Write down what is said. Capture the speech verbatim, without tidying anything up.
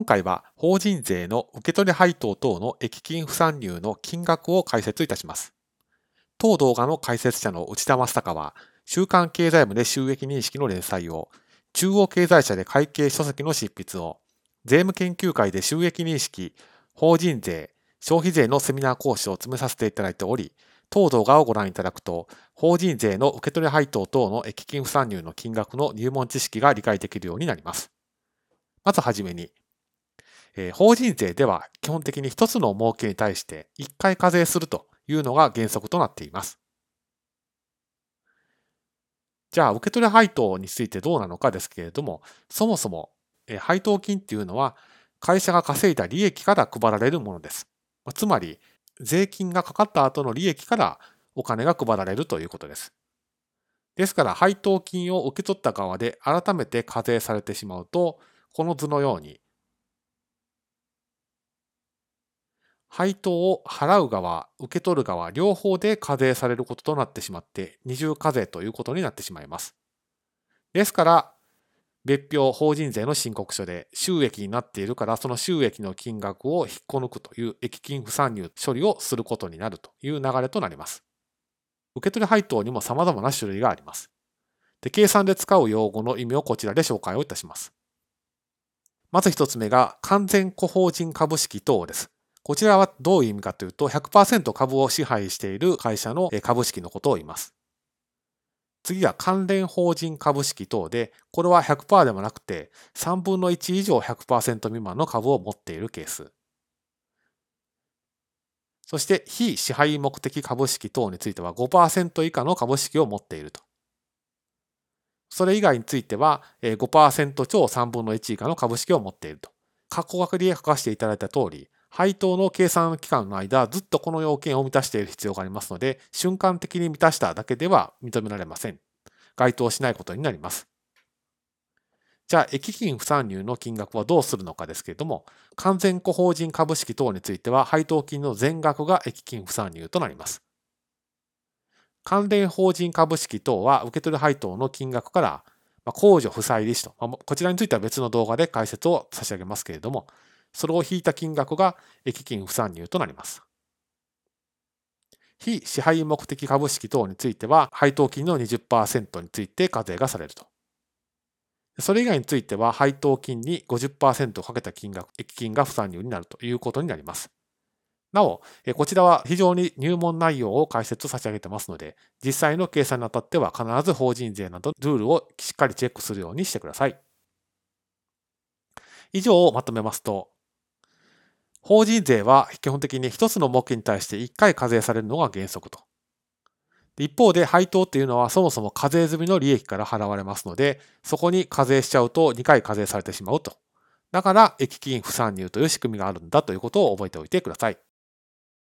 今回は法人税の受取配当等の益金不算入の金額を解説いたします。当動画の解説者の内田正孝は、週刊経済部で収益認識の連載を、中央経済社で会計書籍の執筆を、税務研究会で収益認識、法人税、消費税のセミナー講師を詰めさせていただいており、当動画をご覧いただくと、法人税の受取配当等の益金不算入の金額の入門知識が理解できるようになります。まずはじめに、えー、法人税では基本的に一つの儲けに対していっかい課税するというのが原則となっています。じゃあ、受取配当についてどうなのかですけれども、そもそも、えー、配当金っていうのは会社が稼いだ利益から配られるものです。つまり、税金がかかった後の利益からお金が配られるということです。ですから、配当金を受け取った側で改めて課税されてしまうと、この図のように、配当を払う側、受け取る側、両方で課税されることとなってしまって、二重課税ということになってしまいます。ですから、別表法人税の申告書で収益になっているから、その収益の金額を引っこ抜くという益金不算入処理をすることになるという流れとなります。受取配当にも様々な種類があります。で、計算で使う用語の意味をこちらで紹介をいたします。まず一つ目が完全個法人株式等です。こちらはどういう意味かというと、ひゃくパーセント 株を支配している会社の株式のことを言います。次は関連法人株式等で、これは ひゃくパーセント でもなくて、さんぶんのいち以上 ひゃくパーセント 未満の株を持っているケース。そして、非支配目的株式等については ごパーセント 以下の株式を持っていると。それ以外については ごパーセント 超さんぶんのいち以下の株式を持っていると。括弧書きで書かせていただいた通り、配当の計算期間の間、ずっとこの要件を満たしている必要がありますので、瞬間的に満たしただけでは認められません。該当しないことになります。じゃあ、益金不算入の金額はどうするのかですけれども、完全個法人株式等については、配当金の全額が益金不算入となります。関連法人株式等は受取配当の金額から、控除負債利子と、こちらについては別の動画で解説を差し上げますけれども、それを引いた金額が益金不算入となります。非支配目的株式等については、配当金の にじゅっパーセント について課税がされると。それ以外については、配当金に ごじゅっパーセント かけた金額、益金が不算入になるということになります。なお、こちらは非常に入門内容を解説差し上げてますので、実際の計算にあたっては必ず法人税などルールをしっかりチェックするようにしてください。以上をまとめますと、法人税は基本的に一つの目標に対していっかい課税されるのが原則と。一方で配当っていうのはそもそも課税済みの利益から払われますので、そこに課税しちゃうとにかい課税されてしまうと。だから益金不算入という仕組みがあるんだということを覚えておいてください。